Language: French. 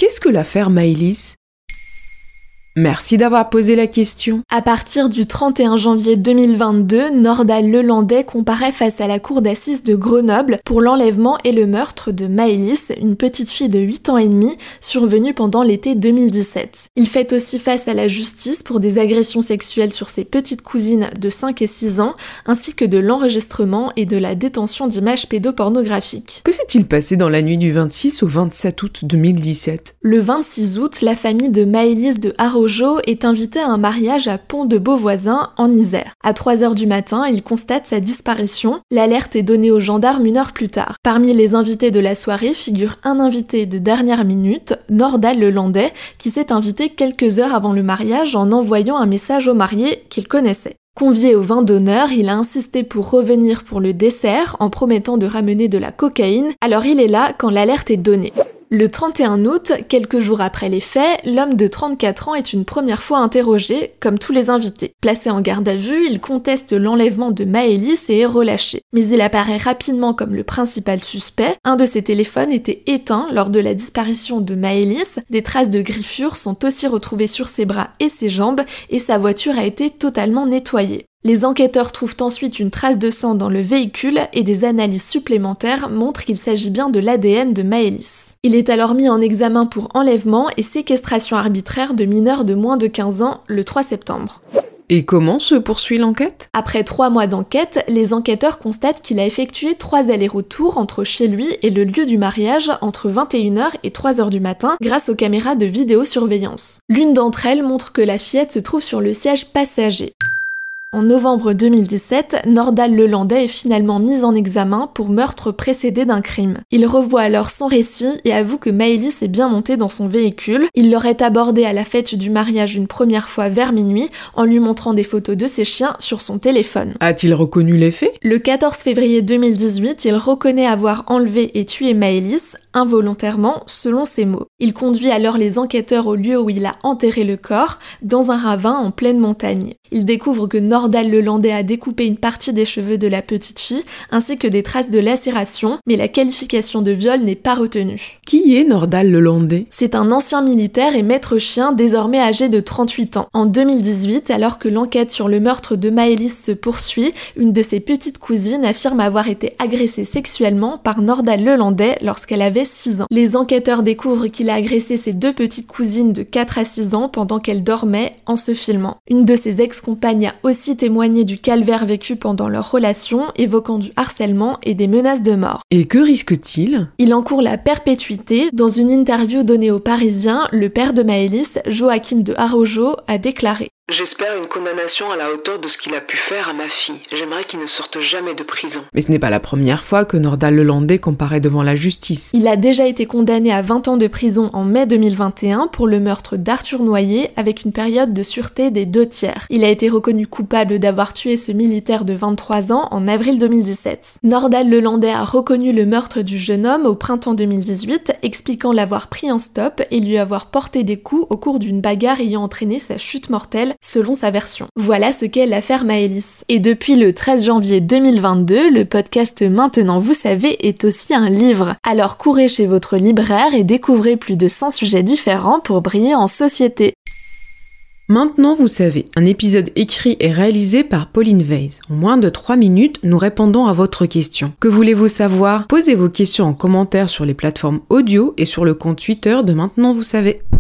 qu'est-ce que l'affaire Maëlys ? Merci d'avoir posé la question. À partir du 31 janvier 2022, Nordal Lelandais comparaît face à la cour d'assises de Grenoble pour l'enlèvement et le meurtre de Maëlys, une petite fille de 8 ans et demi, survenue pendant l'été 2017. Il fait aussi face à la justice pour des agressions sexuelles sur ses petites cousines de 5 et 6 ans, ainsi que de l'enregistrement et de la détention d'images pédopornographiques. Que s'est-il passé dans la nuit du 26 au 27 août 2017 ? Le 26 août, la famille de Maëlys de Haraujot est invité à un mariage à Pont-de-Beauvoisin, en Isère. À 3h du matin, il constate sa disparition. L'alerte est donnée aux gendarmes 1 heure plus tard. Parmi les invités de la soirée figure un invité de dernière minute, Nordal Lelandais, qui s'est invité quelques heures avant le mariage en envoyant un message aux mariés qu'il connaissait. Convié au vin d'honneur, il a insisté pour revenir pour le dessert en promettant de ramener de la cocaïne. Alors il est là quand l'alerte est donnée. Le 31 août, quelques jours après les faits, l'homme de 34 ans est une première fois interrogé, comme tous les invités. Placé en garde à vue, il conteste l'enlèvement de Maëlys et est relâché. Mais il apparaît rapidement comme le principal suspect. Un de ses téléphones était éteint lors de la disparition de Maëlys. Des traces de griffures sont aussi retrouvées sur ses bras et ses jambes, et sa voiture a été totalement nettoyée. Les enquêteurs trouvent ensuite une trace de sang dans le véhicule et des analyses supplémentaires montrent qu'il s'agit bien de l'ADN de Maëlys. Il est alors mis en examen pour enlèvement et séquestration arbitraire de mineurs de moins de 15 ans le 3 septembre. Et comment se poursuit l'enquête ? Après 3 mois d'enquête, les enquêteurs constatent qu'il a effectué 3 allers-retours entre chez lui et le lieu du mariage entre 21h et 3h du matin grâce aux caméras de vidéosurveillance. L'une d'entre elles montre que la fillette se trouve sur le siège passager. En novembre 2017, Nordal Lelandais est finalement mis en examen pour meurtre précédé d'un crime. Il revoit alors son récit et avoue que Maëlys est bien montée dans son véhicule. Il l'aurait abordée à la fête du mariage une première fois vers minuit en lui montrant des photos de ses chiens sur son téléphone. A-t-il reconnu les faits ? Le 14 février 2018, il reconnaît avoir enlevé et tué Maëlys, involontairement, selon ses mots. Il conduit alors les enquêteurs au lieu où il a enterré le corps, dans un ravin en pleine montagne. Il découvre que Nordal Lelandais a découpé une partie des cheveux de la petite fille, ainsi que des traces de lacération, mais la qualification de viol n'est pas retenue. Qui est Nordal Lelandais ? C'est un ancien militaire et maître chien désormais âgé de 38 ans. En 2018, alors que l'enquête sur le meurtre de Maëlys se poursuit, une de ses petites cousines affirme avoir été agressée sexuellement par Nordal Lelandais lorsqu'elle avait 6 ans. Les enquêteurs découvrent qu'il a agressé ses 2 petites cousines de 4 à 6 ans pendant qu'elles dormaient en se filmant. Une de ses ex-compagnes a aussi témoigné du calvaire vécu pendant leur relation, évoquant du harcèlement et des menaces de mort. Et que risque-t-il ? Il encourt la perpétuité. Dans une interview donnée aux Parisiens, le père de Maëlys, Joachim de Haraujot, a déclaré: J'espère une condamnation à la hauteur de ce qu'il a pu faire à ma fille. J'aimerais qu'il ne sorte jamais de prison. Mais ce n'est pas la première fois que Nordal Lelandais comparaît devant la justice. Il a déjà été condamné à 20 ans de prison en mai 2021 pour le meurtre d'Arthur Noyer avec une période de sûreté des 2/3. Il a été reconnu coupable d'avoir tué ce militaire de 23 ans en avril 2017. Nordal Lelandais a reconnu le meurtre du jeune homme au printemps 2018, expliquant l'avoir pris en stop et lui avoir porté des coups au cours d'une bagarre ayant entraîné sa chute mortelle, selon sa version. Voilà ce qu'est l'affaire Maëlys. Et depuis le 13 janvier 2022, le podcast Maintenant vous savez est aussi un livre. Alors courez chez votre libraire et découvrez plus de 100 sujets différents pour briller en société. Maintenant vous savez, un épisode écrit et réalisé par Pauline Weiss. En moins de 3 minutes, nous répondons à votre question. Que voulez-vous savoir ? Posez vos questions en commentaire sur les plateformes audio et sur le compte Twitter de Maintenant vous savez.